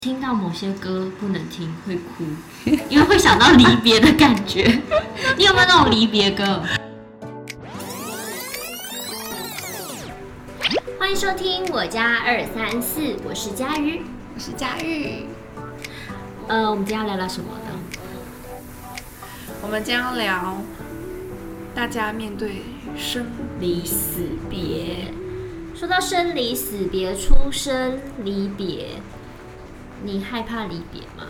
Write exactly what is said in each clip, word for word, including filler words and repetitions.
听到某些歌不能听会哭，因为会想到离别的感觉。你有没有那种离别歌？欢迎收听我家二三四，我是佳瑜， 我是佳玉。 呃，我们今天要聊聊什么呢？ 我们今天要聊大家面对生离死别。说到生离死别，出生离别。你害怕离别吗？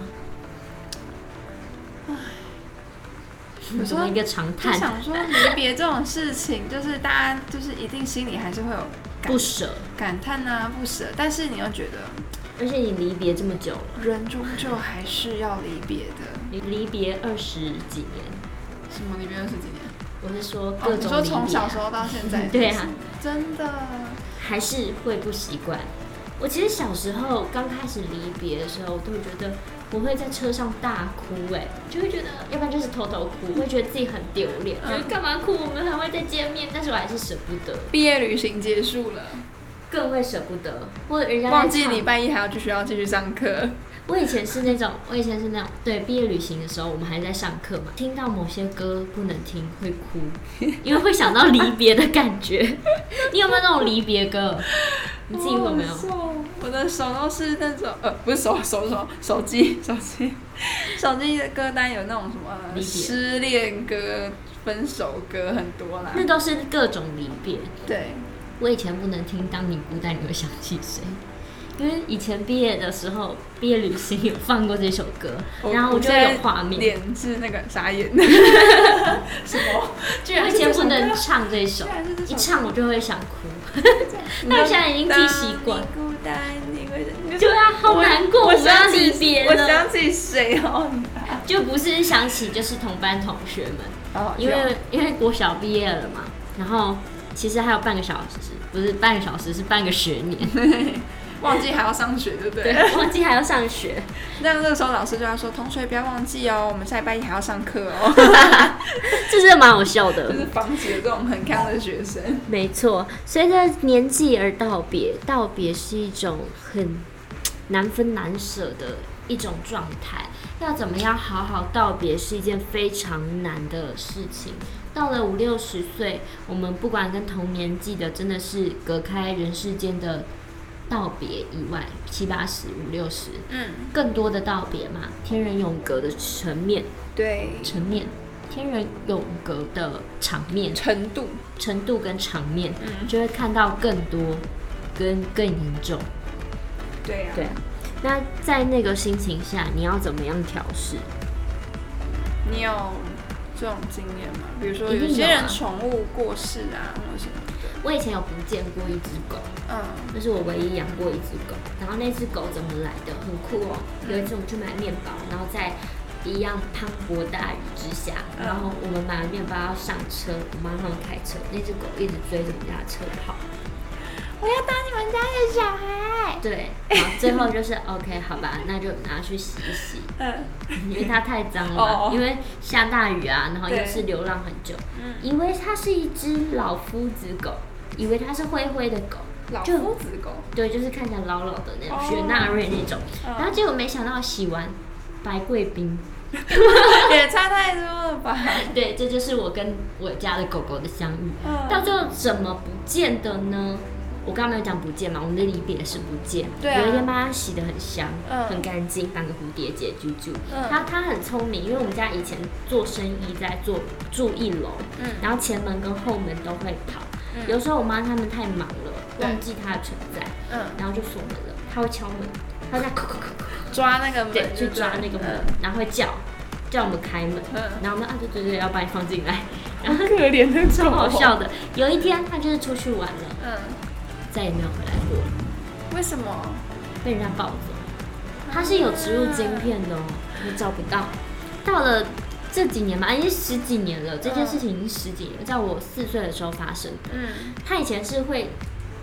有时候一个长叹。 就想说离别这种事情，就是大家就是一定心里还是会有不舍、 感叹啊，不舍。但是你又觉得， 而且你离别这么久了， 人终究还是要离别的。 你离别二十几年？ 什么离别二十几年？ 我是说各种离别、啊。 哦、你说从小时候到现在？ 对啊， 真的还是会不习惯。我其实小时候刚开始离别的时候，我都会觉得我会在车上大哭、欸，哎，就会觉得，要不然就是偷偷哭，会觉得自己很丢脸，嗯、就是干嘛哭？我们还会再见面，但是我还是舍不得。 毕业旅行结束了， 更会舍不得，或者人家忘记礼拜一还要去学校继续上课。 我以前是那种，我以前是那种，对，毕业旅行的时候，我们还在上课嘛，听到某些歌不能听会哭，因为会想到离别的感觉。你有没有那种离别歌？你自己有没有？ 我的手都是那种，呃，不是手手手手机手机手机的歌单有那种什么失恋歌、分手歌很多啦。 那都是各种离别。 对， 我以前不能听《当你孤单你会想起谁》。因为以前毕业的时候，毕业旅行有放过这首歌，然后我就有画面， 脸是那个傻眼。什么？居然我以前不能唱这首，一唱我就会想哭。但我现在已经记习惯。 孤单你会， 对啊，好难过，我要离别了。 我想起谁哦？ 就不是想起，就是同班同学们。 哦， 因为因为国小毕业了嘛，然后其实还有半个小时，不是半个小时，是半个学年。 忘记还要上学，对不对？ 对，忘记还要上学。 那这个时候老师就要说：“同学不要忘记哦，我们下礼拜一还要上课哦。” 这是蛮好笑的， 就是防止这种很康的学生。 没错，随着年纪而道别，道别是一种很难分难舍的一种状态。要怎么样好好道别是一件非常难的事情。到了五六十岁，我们不管跟同年纪的，真的是隔开人世间的道别以外，七八十、五六十，嗯，更多的道别嘛，天人永隔的层面， 对， 层面，天人永隔的场面， 程度， 程度跟场面，嗯，就会看到更多，跟更严重。 对啊， 对啊。那在那个心情下，你要怎么样调试？ 你有这种经验吗？比如说有些人宠物过世啊，或者什么的。 我以前有不见过一只狗，嗯，那是我唯一养过一只狗。然后那只狗怎么来的？很酷哦！有一次我们去买面包，然后在一样磅礴大雨之下，然后我们买完面包要上车，我妈他们开车，那只狗一直追着我们家的车跑。 我要当你们家的小孩。 对，然后最后就是 OK， 好吧，那就拿去洗一洗，嗯，因为它太脏了嘛，哦，因为下大雨啊，然后又是流浪很久，嗯，以为它是一只老夫子狗，以为它是灰灰的狗， 老夫子狗， 对，就是看起来老老的那种，雪纳瑞那种，哦，然后结果没想到洗完白贵宾。 也差太多了吧？ 对，这就是我跟我家的狗狗的相遇，嗯，到最后怎么不见的呢？我刚刚没有讲不见嘛，我们的离别是不见。对啊。有一天把它洗得很香，嗯，很干净，当个蝴蝶结啾啾。嗯。它它很聪明，因为我们家以前做生意在做住一楼，嗯，然后前门跟后门都会跑。嗯。有时候我妈他们太忙了，忘记它的存在，嗯，然后就锁门了。它会敲门，它在扣扣扣抓那个门， 对，去抓那个门，嗯，然后会叫叫我们开门，嗯，然后我们啊对对对，要把你放进来，然后可怜的超好笑的。有一天它就是出去玩了，嗯。再也没有回来过。 为什么？ 被人家抱走。他是有植入晶片的哦，我找不到。到了这几年嘛，已经十几年了，这件事情已经十几年了，在我四岁的时候发生的。嗯。他以前是会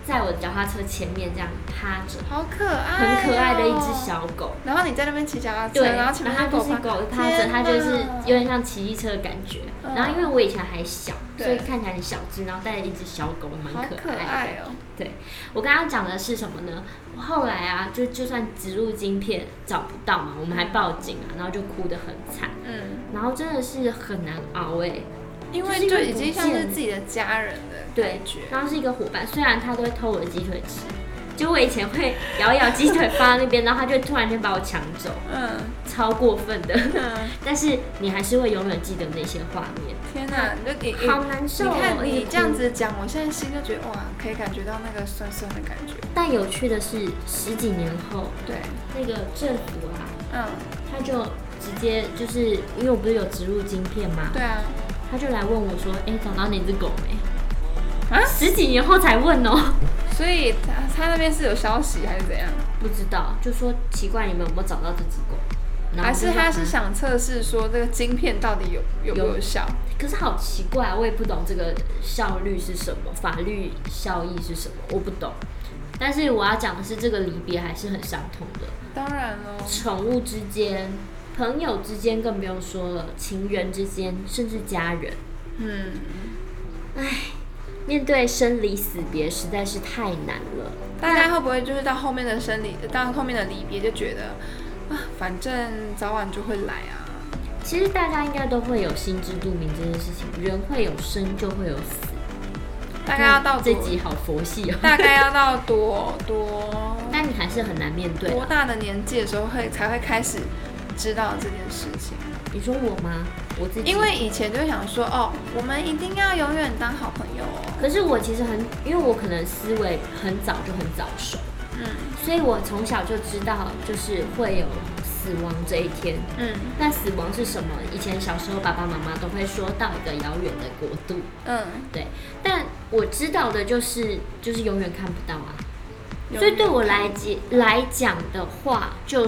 在我的脚踏车前面这样趴着， 好可爱、哦， 很可爱的一只小狗。 然后你在那边骑脚踏车， 对， 然后前面它就是狗趴着，它就是有点像骑机车的感觉。嗯、然后因为我以前还小，所以看起来很小只，然后带着一只小狗，蛮可爱的。 好可爱哦。 对，我刚刚讲的是什么呢？后来啊，就就算植入晶片找不到嘛，我们还报警啊，然后就哭得很惨。嗯。然后真的是很难熬哎、欸。 因为就已经像是自己的家人的感觉， 然后是一个伙伴，虽然他都会偷我的鸡腿吃，就我以前会摇一摇鸡腿放在那边，然后他就突然间把我抢走，嗯，超过分的，嗯，但是你还是会永远记得那些画面。 天哪，你就你好难受、哦， 你看你这样子讲，我现在心就觉得哇，可以感觉到那个酸酸的感觉。 但有趣的是，十几年后， 对那个政府啊， 嗯， 他就直接就是因为我不是有植入晶片吗？ 对啊。 他就来问我说：“哎、欸，找到哪只狗没？”啊，十几年后才问哦、喔。 所以他他那边是有消息还是怎样？ 不知道，就说奇怪，你们有没有找到这只狗？ 还是他是想测试说这个晶片到底有有没有效？ 可是好奇怪，我也不懂这个效率是什么，法律效益是什么，我不懂。但是我要讲的是，这个离别还是很伤痛的。 当然了， 宠物之间。朋友之间更不用说了，情人之间，甚至家人，嗯，唉，面对生离死别实在是太难了。 大家会不会就是到后面的生离，到后面的离别就觉得啊，反正早晚就会来啊？ 其实大家应该都会有心知肚明这件事情，人会有生就会有死。 大概要到这集好佛系哦。 大概要到多多， 但你还是很难面对。 多大的年纪的时候会才会开始？知道这件事情， 你说我吗？我自己， 因为以前就想说，哦，我们一定要永远当好朋友哦。 可是我其实很，因为我可能思维很早就很早熟，嗯，所以我从小就知道，就是会有死亡这一天，嗯。那死亡是什么？以前小时候爸爸妈妈都会说到一个遥远的国度，嗯，对。但我知道的就是，就是永远看不到啊。所以对我来讲来讲的话，就是。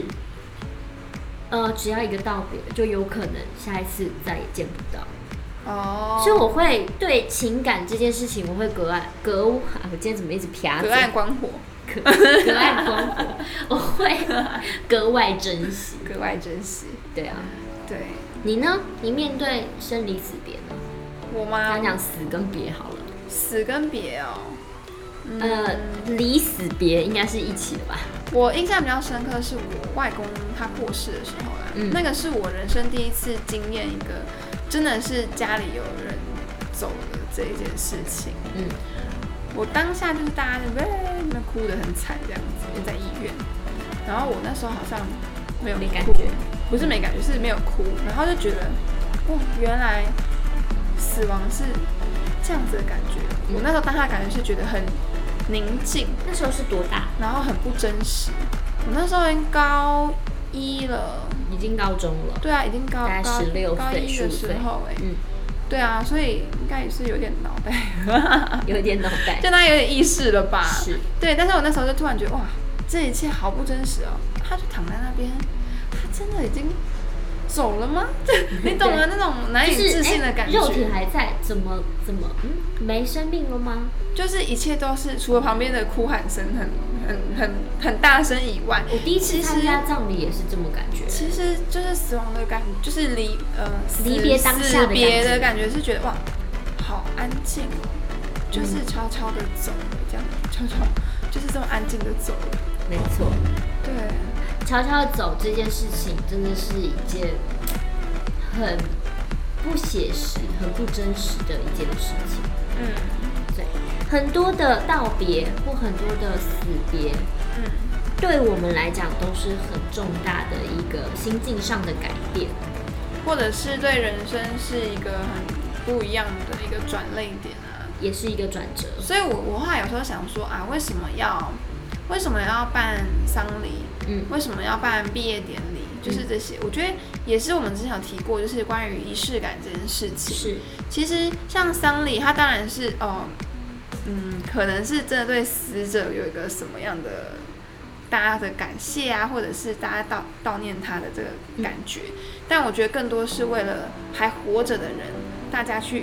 呃，只要一个道别，就有可能下一次再也见不到。哦，所以我会对情感这件事情，我会格外格，我今天怎么一直啪？ 格外关火， 格格外关火，我会格外珍惜， 格外珍惜。 对啊， 对。 你呢？你面对生离死别呢？ 我吗？ 讲讲死跟别好了。 死跟别哦。 嗯、呃，离死别应该是一起的吧？ 我印象比较深刻是我外公他过世的时候啦，嗯、那个是我人生第一次经验一个真的是家里有人走的这一件事情。嗯，我当下就是大家在那边哭得很惨这样子，就在医院，然后我那时候好像没有哭， 没感觉， 不是没感觉，是没有哭，然后就觉得，哇，原来死亡是这样子的感觉。嗯、我那时候当下感觉是觉得很宁静。 那时候是多大？ 然后很不真实。我那时候已经高一了， 已经高中了。 对啊，已经高大概十六岁、 高一的时候哎、欸，嗯，对啊，所以应该也是有点脑袋， 有点脑袋， 就他有点意识了吧？ 是， 对。但是我那时候就突然觉得哇，这一切好不真实哦。他就躺在那边，他真的已经走了吗？你懂吗？那种难以置信的感觉。 就是欸、肉体还在，怎么怎么嗯没生命了吗？ 就是一切都是除了旁边的哭喊声很很很很大声以外， 我第一次参加葬礼也是这么感觉。 其实就是死亡的感觉，就是离呃离别当下的感觉，死别的感觉是觉得哇，好安静哦，就是悄悄的走了，这样悄悄就是这么安静的走了。 没错， 对， 悄悄的走这件事情真的是一件很不写实、很不真实的一件事情。嗯，对。很多的道别或很多的死别，嗯，对我们来讲都是很重大的一个心境上的改变， 或者是对人生是一个很不一样的一个转捩点啊， 也是一个转折。 所以我我后来有时候想说啊，为什么要为什么要办丧礼？嗯，为什么要办毕业典礼？就是这些，嗯、我觉得也是我们之前有提过，就是关于仪式感这件事情。 是， 其实像丧礼，它当然是哦。呃嗯，可能是真的对死者有一个什么样的大家的感谢啊，或者是大家悼悼念他的这个感觉。嗯、但我觉得更多是为了还活着的人，大家去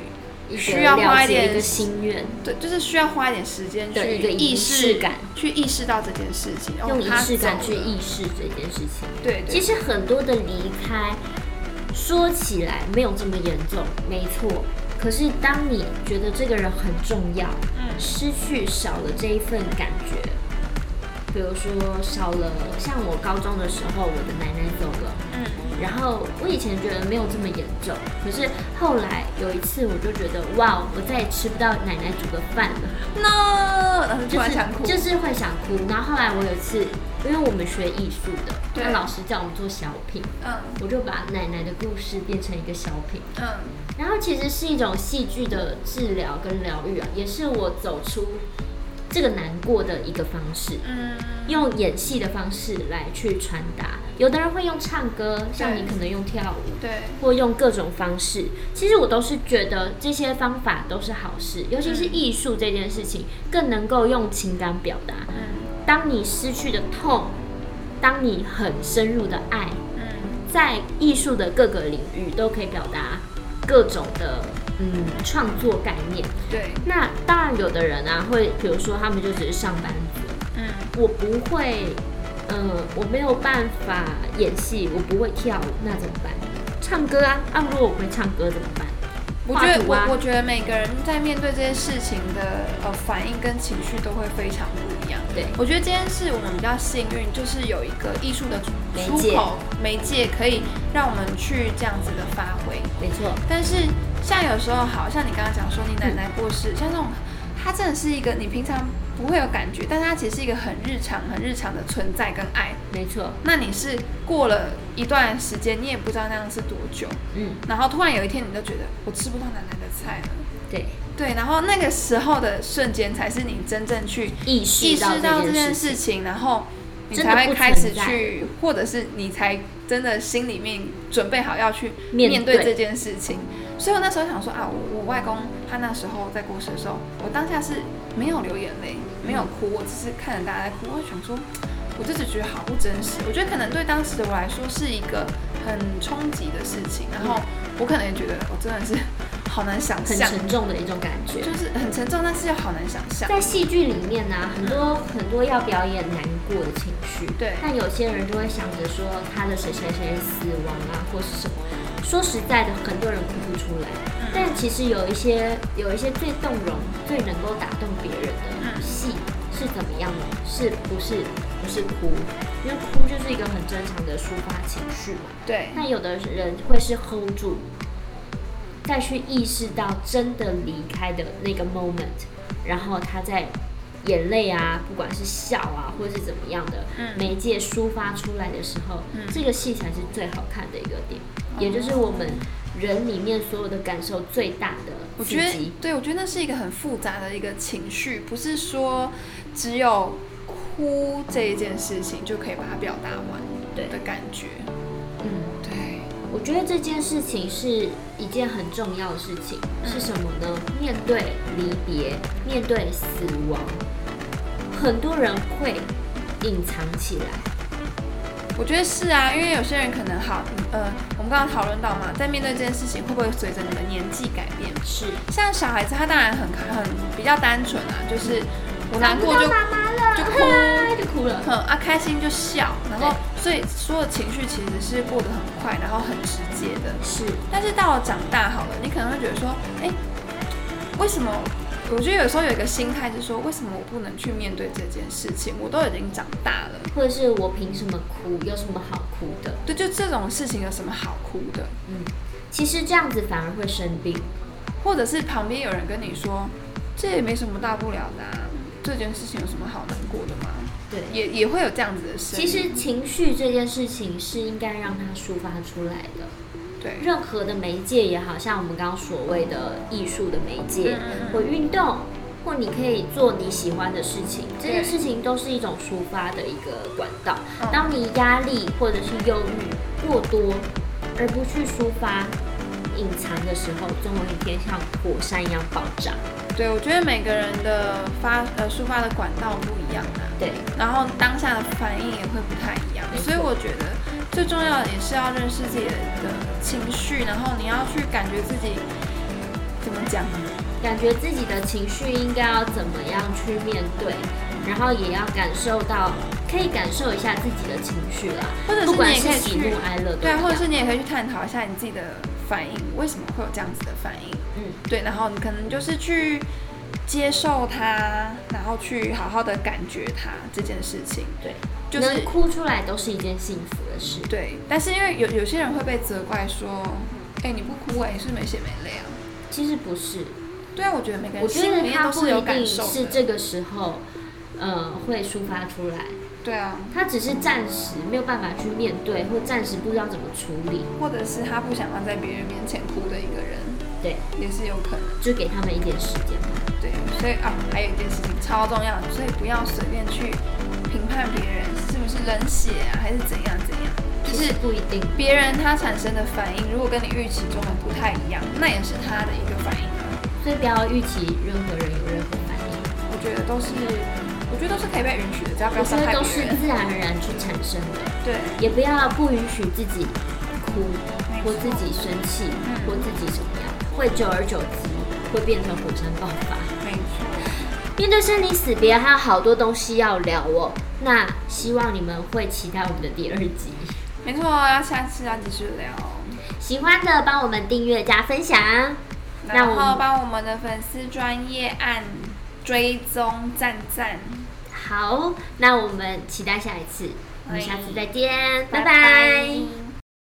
需要花一点一个心愿， 对，就是需要花一点时间去意识感， 去意识到这件事情， 用仪式感去意识这件事情。 对， 其实很多的离开，说起来没有这么严重，没错。可是当你觉得这个人很重要，嗯，失去少了这一份感觉，比如说少了，像我高中的时候，我的奶奶走了，嗯，然后我以前觉得没有这么严重，可是后来有一次我就觉得，哇，我再也吃不到奶奶煮的饭了 ，no， 然后就是想哭， 就是会想哭。然后后来我有一次，因为我们学艺术的，那老师叫我们做小品，嗯，我就把奶奶的故事变成一个小品，嗯，然后其实是一种戏剧的治疗跟疗愈啊，也是我走出这个难过的一个方式，嗯，用演戏的方式来去传达。有的人会用唱歌，像你可能用跳舞， 对， 或用各种方式。其实我都是觉得这些方法都是好事，尤其是艺术这件事情，更能够用情感表达。嗯，当你失去的痛，当你很深入的爱，嗯，在艺术的各个领域都可以表达各种的。嗯，创作概念。 对， 那当然有的人啊，会比如说他们就只是上班族，嗯，我不会，嗯、呃，我没有办法演戏，我不会跳舞，那怎么办？唱歌啊，啊，如果我不会唱歌怎么办？ 我觉得我我觉得每个人在面对这些事情的呃反应跟情绪都会非常不一样。 对， 我觉得这件事我们比较幸运，就是有一个艺术的出口媒介，可以让我们去这样子的发挥。 没错。 但是像有时候，好像你刚刚讲说你奶奶过世，嗯、像这种，它真的是一个你平常不会有感觉，但是它其实是一个很日常、很日常的存在跟爱。 没错。 那你是过了一段时间，你也不知道那样是多久，嗯，然后突然有一天，你就觉得我吃不到奶奶的菜了。 对对，然后那个时候的瞬间，才是你真正去意识到这件事情，然后你才会开始去，或者是你才真的心里面准备好要去面对这件事情。所以我那时候想说啊，我我外公他那时候在过世的时候，我当下是没有流眼泪，没有哭，我只是看着大家在哭，我想说，我就只觉得好不真实。我觉得可能对当时的我来说是一个很冲击的事情，然后我可能也觉得我真的是好难想象， 很沉重的一种感觉， 就是很沉重，但是又好难想象。 在戏剧里面呢、啊，很多、嗯、很多要表演难过的情绪， 对， 但有些人就会想着说他的谁谁谁死亡啊，或是什么。说实在的，很多人哭不出来，嗯、但其实有一些有一些最动容、最能够打动别人的戏、嗯、是怎么样的？是不是不是哭？因为哭就是一个很正常的抒发情绪嘛。 对。 那有的人会是 hold 住，再去意识到真的离开的那个 moment， 然后他在眼泪啊，不管是笑啊，或是怎么样的、嗯、媒介抒发出来的时候，嗯、这个戏才是最好看的一个点。也就是我们人里面所有的感受最大的刺激。 我觉得，对，我觉得那是一个很复杂的一个情绪，不是说只有哭这一件事情就可以把它表达完的感觉。 嗯，对。我觉得这件事情是一件很重要的事情，嗯、是什么呢？面对离别，面对死亡，很多人会隐藏起来。 我觉得是啊，因为有些人可能好，呃，我们刚刚讨论到嘛，在面对这件事情，会不会随着你的年纪改变？ 是， 像小孩子，他当然很很比较单纯啊，就是我难过就就哭就哭了， 嗯啊，开心就笑，然后所以所有情绪其实是过得很快，然后很直接的。 是， 但是到了长大好了，你可能会觉得说，哎，为什么？我觉得有时候有一个心态是说，为什么我不能去面对这件事情？我都已经长大了， 或者是我凭什么哭？有什么好哭的？ 对，就这种事情有什么好哭的？ 嗯，其实这样子反而会生病， 或者是旁边有人跟你说，这也没什么大不了的、啊，这件事情有什么好难过的吗？ 对， 也也会有这样子的声音。 其实情绪这件事情是应该让它抒发出来的。 对， 任何的媒介也好，像我们刚刚所谓的艺术的媒介，嗯、或运动，或你可以做你喜欢的事情，这件事情都是一种抒发的一个管道。嗯、当你压力或者是忧郁过多，而不去抒发、隐藏的时候，总有一天像火山一样爆炸。 对，我觉得每个人的发呃抒发的管道不一样啊。 对， 然后当下的反应也会不太一样，所以我觉得最重要的也是要认识自己的情绪，然后你要去感觉自己怎么讲？ 感觉自己的情绪应该要怎么样去面对，然后也要感受到，可以感受一下自己的情绪啦， 或者是你也可以去喜怒哀乐， 对啊，或者是你也可以去探讨一下你自己的反应，为什么会有这样子的反应？嗯，对，然后你可能就是去接受它，然后去好好的感觉它这件事情。 对，就是能哭出来都是一件幸福的事。 对，但是因为有有些人会被责怪说，哎、欸，你不哭哎、欸，你是不是没血没泪啊？ 其实不是。 对啊，我觉得每个人心里面都是有感受的。 是这个时候，呃，会抒发出来。 对啊， 他只是暂时没有办法去面对，或暂时不知道怎么处理， 或者是他不想要在别人面前哭的一个人。 对， 也是有可能。 就给他们一点时间吧。 对，所以啊，还有一件事情超重要，所以不要随便去评判别人是不是冷血啊，还是怎样怎样。 就是不一定， 别人他产生的反应，如果跟你预期中的不太一样，那也是他的一个反应啊。 所以不要预期任何人有任何反应， 我觉得都是，我觉得都是可以被允许的，只要不要伤害别人。 我觉得都是自然而然去产生的。 对， 也不要不允许自己哭，或自己生气，嗯、或自己怎么样，会久而久之会变成火山爆发。 没错。 面对生离死别，还有好多东西要聊哦。那希望你们会期待我们的第二集。 没错，要下次要继续聊。 喜欢的帮我们订阅加分享， 然后帮我们的粉丝专页按追踪赞赞。 好，那我们期待下一次，我们下次再见，拜拜。 拜拜。